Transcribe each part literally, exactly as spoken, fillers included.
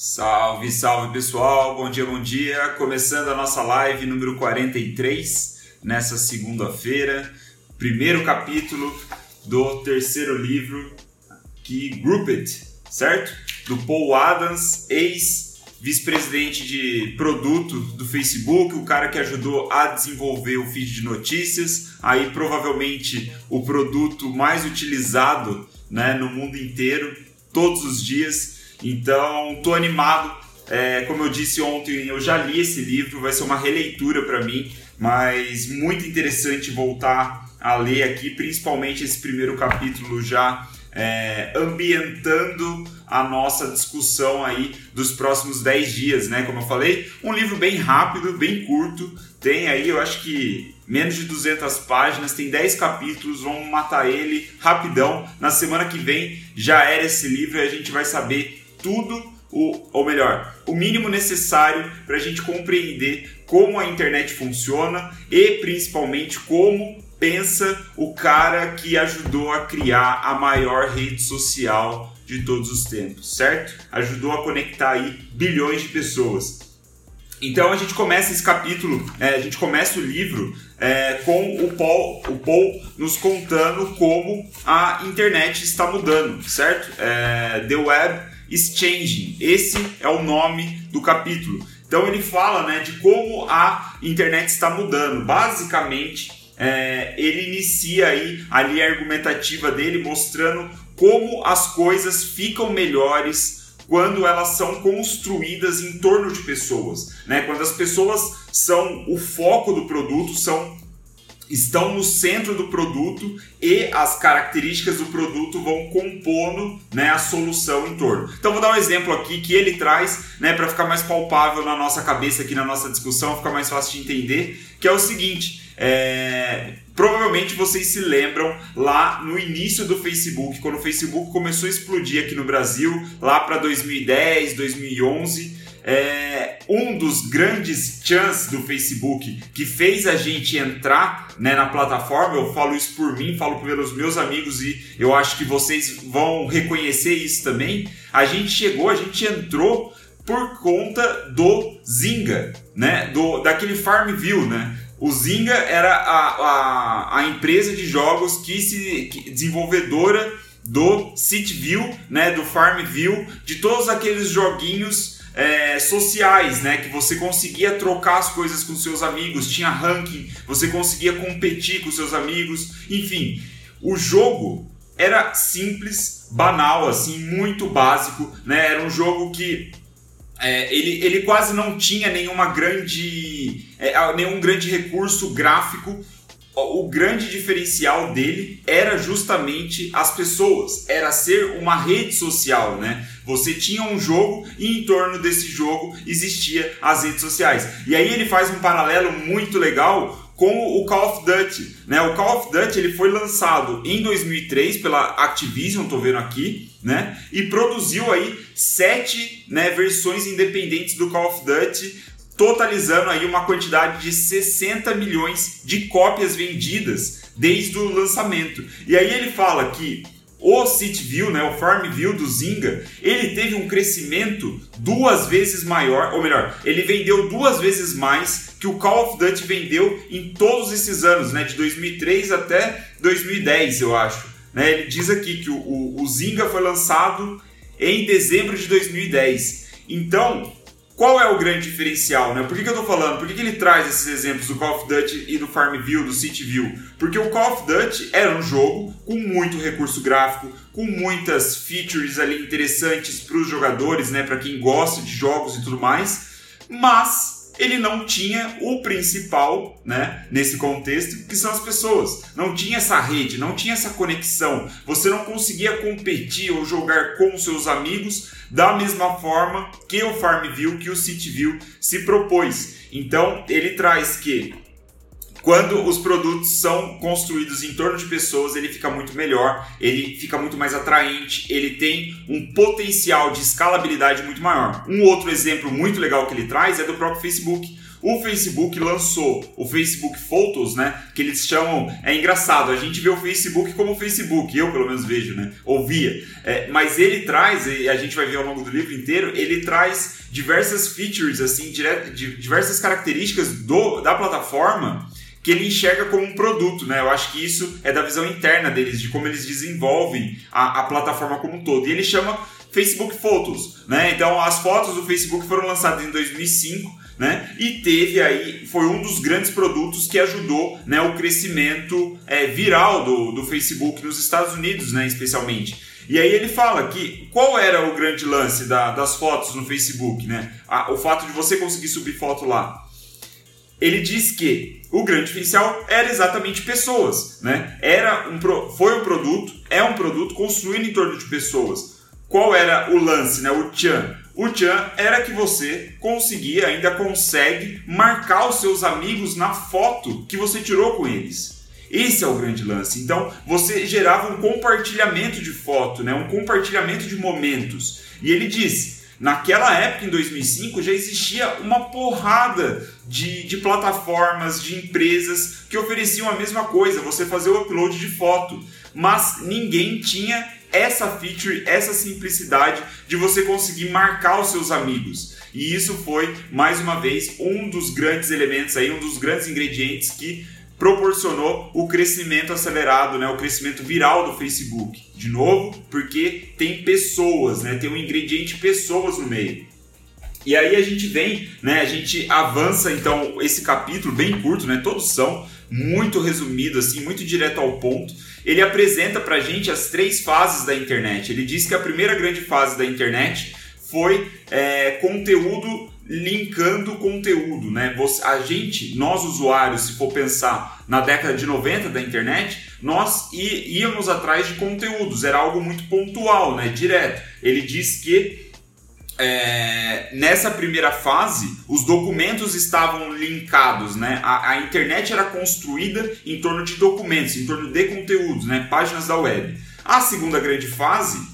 Salve, salve pessoal, bom dia, bom dia. Começando a nossa live número quarenta e três, nessa segunda-feira. Primeiro capítulo do terceiro livro, que Grouped, certo? Do Paul Adams, ex-vice-presidente de produto do Facebook, o cara que ajudou a desenvolver o feed de notícias, aí provavelmente o produto mais utilizado, né, no mundo inteiro, todos os dias. Então, tô animado. É, como eu disse ontem, eu já li esse livro, vai ser uma releitura para mim, mas muito interessante voltar a ler aqui, principalmente esse primeiro capítulo já é, ambientando a nossa discussão aí dos próximos dez dias, né? Como eu falei, um livro bem rápido, bem curto, tem aí, eu acho que menos de duzentas páginas, tem dez capítulos, vamos matar ele rapidão. Na semana que vem já era esse livro e a gente vai saber tudo, o, ou melhor, o mínimo necessário para a gente compreender como a internet funciona e principalmente como pensa o cara que ajudou a criar a maior rede social de todos os tempos, certo? Ajudou a conectar aí bilhões de pessoas. Então a gente começa esse capítulo, é, a gente começa o livro é, com o Paul, o Paul nos contando como a internet está mudando, certo? É, The Web is Changing, esse é o nome do capítulo. Então ele fala, né, de como a internet está mudando. Basicamente, é, ele inicia aí a linha argumentativa dele mostrando como as coisas ficam melhores quando elas são construídas em torno de pessoas, né? Quando as pessoas são o foco do produto, são estão no centro do produto e as características do produto vão compondo, né, a solução em torno. Então vou dar um exemplo aqui que ele traz, né, para ficar mais palpável na nossa cabeça aqui na nossa discussão, ficar mais fácil de entender, que é o seguinte, é... provavelmente vocês se lembram lá no início do Facebook, quando o Facebook começou a explodir aqui no Brasil, lá para dois mil e dez, dois mil e onze, é, um dos grandes chans do Facebook que fez a gente entrar, né, na plataforma, eu falo isso por mim, falo pelos meus amigos e eu acho que vocês vão reconhecer isso também, a gente chegou, a gente entrou por conta do Zynga, né, do, daquele Farmville, né? O Zynga era a, a, a empresa de jogos que se que, desenvolvedora do Cityville, né, do Farmville, de todos aqueles joguinhos é, sociais, né, que você conseguia trocar as coisas com seus amigos, tinha ranking, você conseguia competir com seus amigos, enfim, o jogo era simples, banal, assim, muito básico, né, era um jogo que É, ele, ele quase não tinha nenhuma grande, é, nenhum grande recurso gráfico. O grande diferencial dele era justamente as pessoas, era ser uma rede social, né? Você tinha um jogo e em torno desse jogo existia as redes sociais. E aí ele faz um paralelo muito legal com o Call of Duty, né? O Call of Duty ele foi lançado em dois mil e três pela Activision, tô vendo aqui, né? E produziu aí sete, né, versões independentes do Call of Duty, totalizando aí uma quantidade de sessenta milhões de cópias vendidas desde o lançamento. E aí ele fala que o Cityville, né, o Farmville do Zynga, ele teve um crescimento duas vezes maior, ou melhor, ele vendeu duas vezes mais que o Call of Duty vendeu em todos esses anos, né, de dois mil e três até dois mil e dez, eu acho. Né, ele diz aqui que o, o, o Zynga foi lançado em dezembro de dois mil e dez. Então, qual é o grande diferencial, né? Por que, que eu tô falando? Por que, que ele traz esses exemplos do Call of Duty e do Farmville, do Cityville? Porque o Call of Duty era um jogo com muito recurso gráfico, com muitas features ali interessantes para os jogadores, né? Para quem gosta de jogos e tudo mais, mas ele não tinha o principal, né, nesse contexto, que são as pessoas. Não tinha essa rede, não tinha essa conexão. Você não conseguia competir ou jogar com seus amigos da mesma forma que o Farmville, que o Cityville se propôs. Então, ele traz que quando os produtos são construídos em torno de pessoas, ele fica muito melhor, ele fica muito mais atraente, ele tem um potencial de escalabilidade muito maior. Um outro exemplo muito legal que ele traz é do próprio Facebook. o Facebook lançou o Facebook Photos, né? Que eles chamam... É engraçado, a gente vê o Facebook como o Facebook, eu pelo menos vejo, né? Ouvia. É, mas ele traz, e a gente vai ver ao longo do livro inteiro, ele traz diversas features, assim, dire... diversas características do, da plataforma que ele enxerga como um produto, né? Eu acho que isso é da visão interna deles, de como eles desenvolvem a, a plataforma como um todo. E ele chama Facebook Photos, né? Então, as fotos do Facebook foram lançadas em dois mil e cinco, né? E teve aí, foi um dos grandes produtos que ajudou, né, o crescimento é, viral do, do Facebook nos Estados Unidos, né, especialmente. E aí ele fala que qual era o grande lance da, das fotos no Facebook, né? A, o fato de você conseguir subir foto lá. Ele diz que o grande diferencial era exatamente pessoas, né? Era um, foi um produto, é um produto construído em torno de pessoas. Qual era o lance, né? O tchan? O tchan era que você conseguia, ainda consegue, marcar os seus amigos na foto que você tirou com eles. Esse é o grande lance. Então, você gerava um compartilhamento de foto, né? Um compartilhamento de momentos. E ele disse... Naquela época, em dois mil e cinco, já existia uma porrada de, de plataformas, de empresas que ofereciam a mesma coisa, você fazer o upload de foto. Mas ninguém tinha essa feature, essa simplicidade de você conseguir marcar os seus amigos. E isso foi, mais uma vez, um dos grandes elementos, aí, um dos grandes ingredientes que proporcionou o crescimento acelerado, né, o crescimento viral do Facebook. De novo, porque tem pessoas, né, tem um ingrediente pessoas no meio. E aí a gente vem, né, a gente avança então esse capítulo bem curto, né, todos são muito resumidos, assim, muito direto ao ponto. Ele apresenta pra gente as três fases da internet. Ele diz que a primeira grande fase da internet foi é, conteúdo linkando conteúdo, né? Você, a gente, nós usuários, se for pensar na década de noventa da internet, nós íamos atrás de conteúdos, era algo muito pontual, né? Direto. Ele diz que é, nessa primeira fase, os documentos estavam linkados, né? A, a internet era construída em torno de documentos, em torno de conteúdos, né? Páginas da web. A segunda grande fase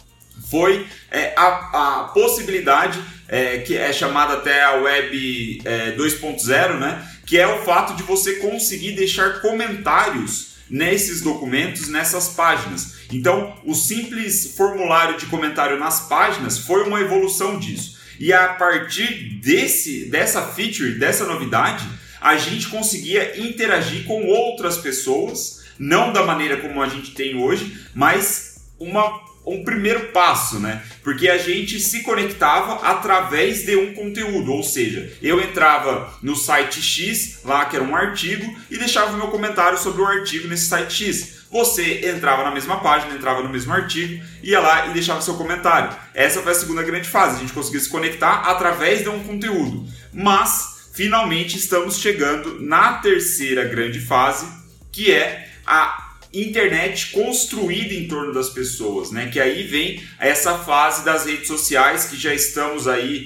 foi é, a, a possibilidade, é, que é chamada até a Web é, dois ponto zero, né? Que é o fato de você conseguir deixar comentários nesses documentos, nessas páginas. Então, o simples formulário de comentário nas páginas foi uma evolução disso. E a partir desse, dessa feature, dessa novidade, a gente conseguia interagir com outras pessoas, não da maneira como a gente tem hoje, mas uma... um primeiro passo, né? Porque a gente se conectava através de um conteúdo, ou seja, eu entrava no site X, lá que era um artigo, e deixava o meu comentário sobre o artigo nesse site X. Você entrava na mesma página, entrava no mesmo artigo, ia lá e deixava seu comentário. Essa foi a segunda grande fase, a gente conseguia se conectar através de um conteúdo. Mas, finalmente, estamos chegando na terceira grande fase, que é a internet construída em torno das pessoas, né? Que aí vem essa fase das redes sociais, que já estamos aí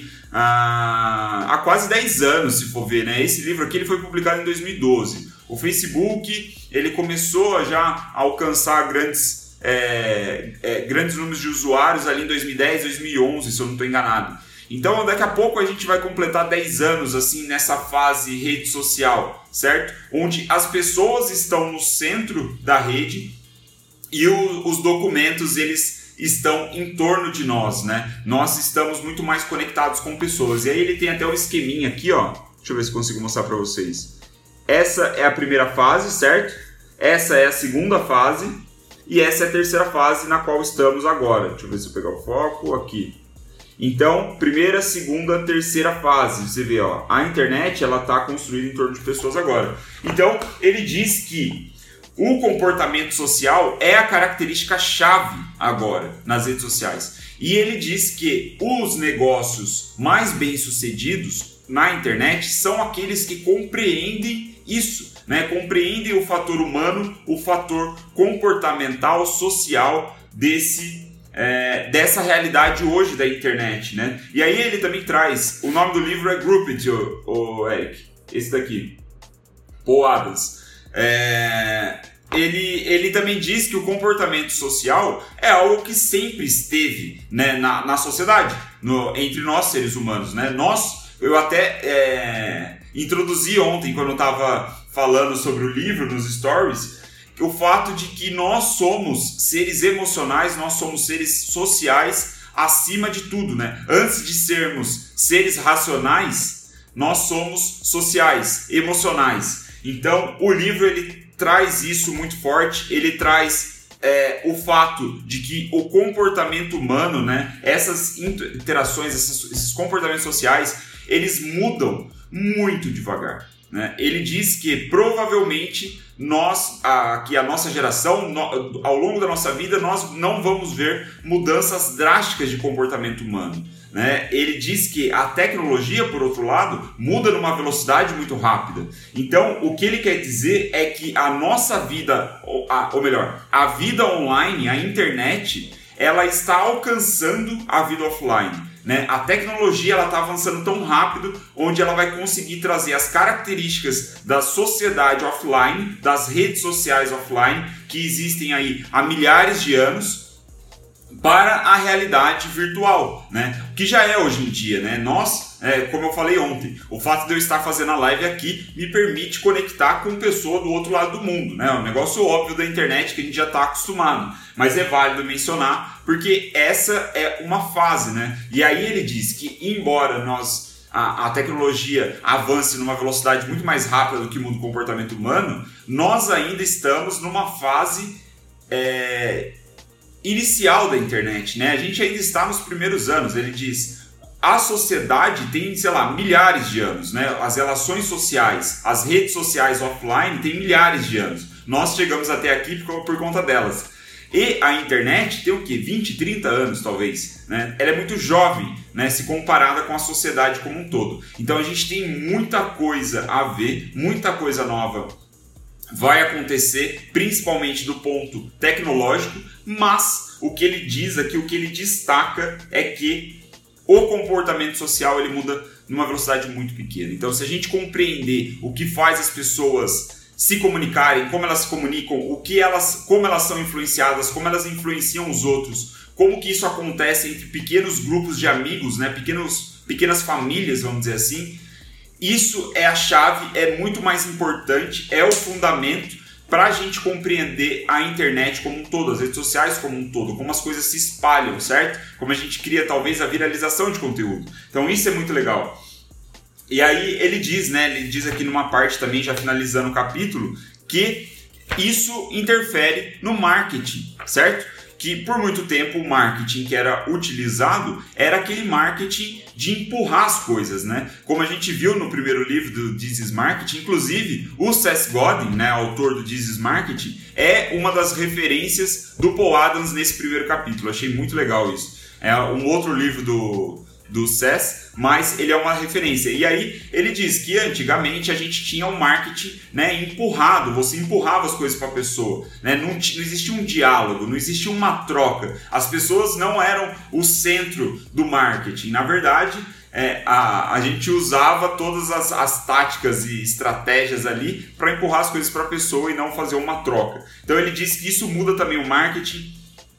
ah, há quase dez anos, se for ver, né? Esse livro aqui ele foi publicado em dois mil e doze. O Facebook ele começou já a alcançar grandes, é, é, grandes números de usuários ali em dois mil e dez, dois mil e onze, se eu não estou enganado. Então, daqui a pouco a gente vai completar dez anos assim nessa fase rede social, certo? Onde as pessoas estão no centro da rede e o, os documentos eles estão em torno de nós, né? Nós estamos muito mais conectados com pessoas. E aí ele tem até um esqueminha aqui, ó. Deixa eu ver se consigo mostrar para vocês. Essa é a primeira fase, certo? Essa é a segunda fase e essa é a terceira fase na qual estamos agora. Deixa eu ver se eu pegar o foco aqui. Então, primeira, segunda, terceira fase, você vê, ó, a internet ela está construída em torno de pessoas agora. Então, ele diz que o comportamento social é a característica-chave agora nas redes sociais. E ele diz que os negócios mais bem-sucedidos na internet são aqueles que compreendem isso, né? Compreendem o fator humano, o fator comportamental, social desse É, dessa realidade hoje da internet, né? E aí ele também traz, o nome do livro é Grouped, o, o Eric, esse daqui, Paul Adams. É, ele, ele também diz que o comportamento social é algo que sempre esteve, né, na, na sociedade, no, entre nós seres humanos, né? Nós, eu até é, introduzi ontem, quando eu estava falando sobre o livro nos stories, o fato de que nós somos seres emocionais, nós somos seres sociais acima de tudo, né? Antes de sermos seres racionais, nós somos sociais, emocionais. Então, o livro ele traz isso muito forte, ele traz é, o fato de que o comportamento humano, né? Essas interações, esses, esses comportamentos sociais, eles mudam muito devagar, né? Ele diz que provavelmente nós, a, que a nossa geração, no, ao longo da nossa vida, nós não vamos ver mudanças drásticas de comportamento humano, né? Ele diz que a tecnologia, por outro lado, muda numa velocidade muito rápida. Então, o que ele quer dizer é que a nossa vida, ou, a, ou melhor, a vida online, a internet, ela está alcançando a vida offline, né? A tecnologia está avançando tão rápido, onde ela vai conseguir trazer as características da sociedade offline, das redes sociais offline, que existem aí há milhares de anos, para a realidade virtual, né? Que já é hoje em dia, né? Nós, é, como eu falei ontem, o fato de eu estar fazendo a live aqui me permite conectar com pessoa do outro lado do mundo, né? É um negócio óbvio da internet que a gente já está acostumado, mas é válido mencionar porque essa é uma fase, né? E aí ele diz que embora nós A, a tecnologia avance numa velocidade muito mais rápida do que muda o comportamento humano, nós ainda estamos numa fase é, inicial da internet, né? A gente ainda está nos primeiros anos. Ele diz, a sociedade tem, sei lá, milhares de anos, né? As relações sociais, as redes sociais offline têm milhares de anos. Nós chegamos até aqui por, por conta delas. E a internet tem o quê? vinte, trinta anos talvez, né? Ela é muito jovem, né? Se comparada com a sociedade como um todo. Então a gente tem muita coisa a ver, muita coisa nova vai acontecer, principalmente do ponto tecnológico, mas o que ele diz aqui, o que ele destaca é que o comportamento social ele muda numa velocidade muito pequena. Então se a gente compreender o que faz as pessoas se comunicarem, como elas se comunicam, o que elas, como elas são influenciadas, como elas influenciam os outros, como que isso acontece entre pequenos grupos de amigos, né? Pequenos, pequenas famílias, vamos dizer assim, isso é a chave, é muito mais importante, é o fundamento para a gente compreender a internet como um todo, as redes sociais como um todo, como as coisas se espalham, certo? Como a gente cria talvez a viralização de conteúdo. Então isso é muito legal. E aí ele diz, né, ele diz aqui numa parte também, já finalizando o capítulo, que isso interfere no marketing, certo? Que por muito tempo o marketing que era utilizado era aquele marketing de empurrar as coisas, né? Como a gente viu no primeiro livro do This is Marketing, inclusive o Seth Godin, né, autor do This is Marketing, é uma das referências do Paul Adams nesse primeiro capítulo. Achei muito legal isso. É um outro livro do... do Seth, mas ele é uma referência. E aí ele diz que antigamente a gente tinha um marketing, né, empurrado, você empurrava as coisas para a pessoa, né? não, não existia um diálogo, não existia uma troca, as pessoas não eram o centro do marketing. Na verdade, é, a, a gente usava todas as, as táticas e estratégias ali para empurrar as coisas para a pessoa e não fazer uma troca. Então ele diz que isso muda também o marketing,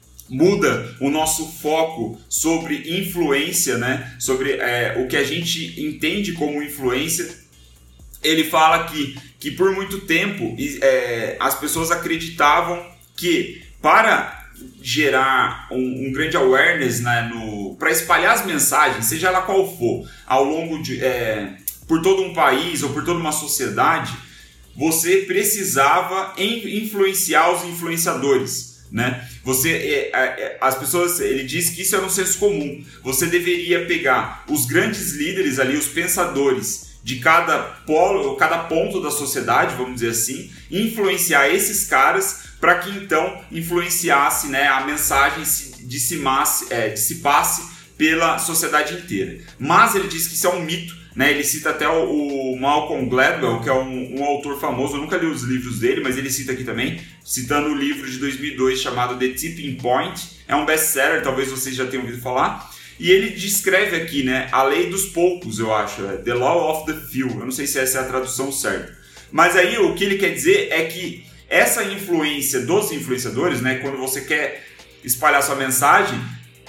muda o nosso foco sobre influência, né? Sobre é, o que a gente entende como influência. Ele fala que, que por muito tempo é, as pessoas acreditavam que para gerar um, um grande awareness, né, no, para espalhar as mensagens, seja ela qual for, ao longo de é, por todo um país ou por toda uma sociedade, você precisava influenciar os influenciadores, né? Você, é, é, as pessoas, ele diz que isso era um senso comum. Você deveria pegar os grandes líderes ali, os pensadores de cada polo, cada ponto da sociedade, vamos dizer assim, influenciar esses caras para que então influenciasse, né, a mensagem se dissimasse, é, dissipasse pela sociedade inteira. Mas ele diz que isso é um mito, né? Ele cita até o, o Malcolm Gladwell, que é um, um autor famoso. Eu nunca li os livros dele, mas ele cita aqui também, citando o livro de dois mil e dois chamado The Tipping Point. É um best-seller, talvez vocês já tenham ouvido falar. E ele descreve aqui, né, a lei dos poucos, eu acho, é The Law of the Few. Eu não sei se essa é a tradução certa. Mas aí o que ele quer dizer é que essa influência dos influenciadores, né, quando você quer espalhar sua mensagem,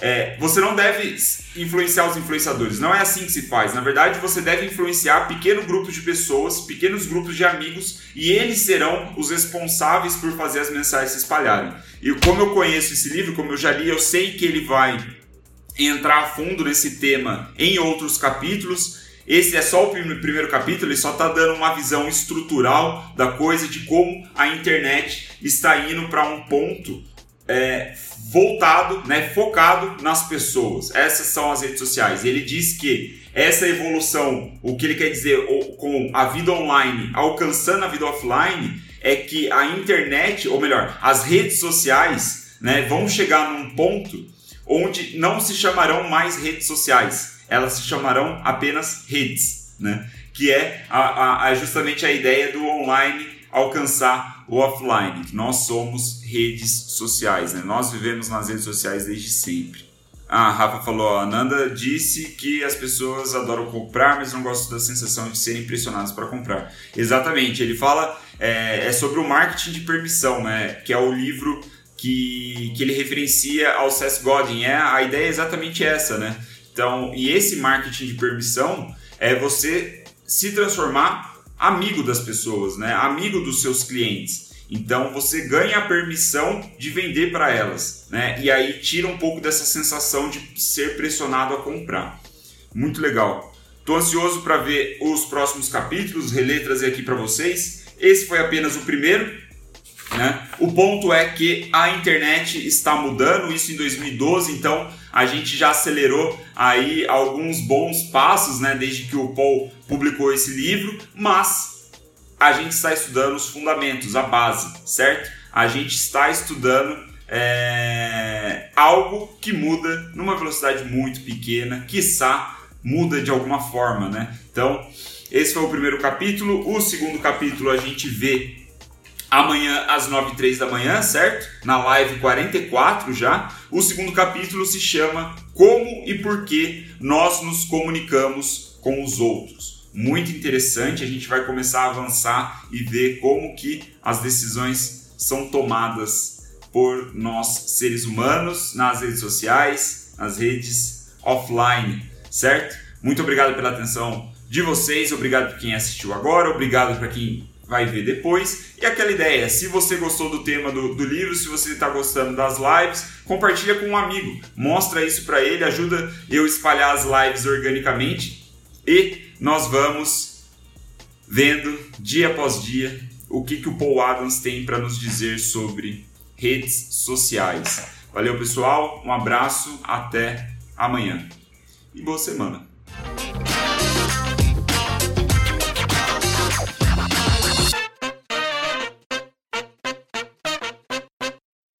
É, você não deve influenciar os influenciadores, não é assim que se faz. Na verdade, você deve influenciar pequeno grupo de pessoas, pequenos grupos de amigos, e eles serão os responsáveis por fazer as mensagens se espalharem. E como eu conheço esse livro, como eu já li, eu sei que ele vai entrar a fundo nesse tema em outros capítulos. Esse é só o primeiro capítulo, ele só está dando uma visão estrutural da coisa, de como a internet está indo para um ponto É, voltado, né, focado nas pessoas. Essas são as redes sociais. Ele diz que essa evolução, o que ele quer dizer com a vida online alcançando a vida offline, é que a internet, ou melhor, as redes sociais, né, vão chegar num ponto onde não se chamarão mais redes sociais, elas se chamarão apenas redes, né, que é a, a, a justamente a ideia do online alcançar o offline, que nós somos redes sociais, né? Nós vivemos nas redes sociais desde sempre. Ah, a Rafa falou, a Nanda disse que as pessoas adoram comprar, mas não gostam da sensação de serem pressionadas para comprar. Exatamente, ele fala é, é sobre o marketing de permissão, né? Que é o livro que, que ele referencia ao Seth Godin. É, a ideia é exatamente essa, né? Então, e esse marketing de permissão é você se transformar amigo das pessoas, né? Amigo dos seus clientes. Então você ganha a permissão de vender para elas, né? E aí tira um pouco dessa sensação de ser pressionado a comprar. Muito legal. Estou ansioso para ver os próximos capítulos, reler, trazer aqui para vocês. Esse foi apenas o primeiro, né? O ponto é que a internet está mudando, isso em dois mil e doze, então a gente já acelerou aí alguns bons passos, né, desde que o Paul publicou esse livro, mas a gente está estudando os fundamentos, a base, certo? A gente está estudando é, algo que muda numa velocidade muito pequena, quiçá muda de alguma forma, né? Então, esse foi o primeiro capítulo. O segundo capítulo a gente vê amanhã às nove e três da manhã, certo? Na live quarenta e quatro já. O segundo capítulo se chama Como e Por que Nós Nos Comunicamos com os Outros. Muito interessante, a gente vai começar a avançar e ver como que as decisões são tomadas por nós seres humanos nas redes sociais, nas redes offline, certo? Muito obrigado pela atenção de vocês, obrigado por quem assistiu agora, obrigado para quem vai ver depois. E aquela ideia, se você gostou do tema do, do livro, se você está gostando das lives, compartilha com um amigo, mostra isso para ele, ajuda eu a espalhar as lives organicamente e nós vamos vendo dia após dia o que, que o Paul Adams tem para nos dizer sobre redes sociais. Valeu, pessoal, um abraço, até amanhã e boa semana.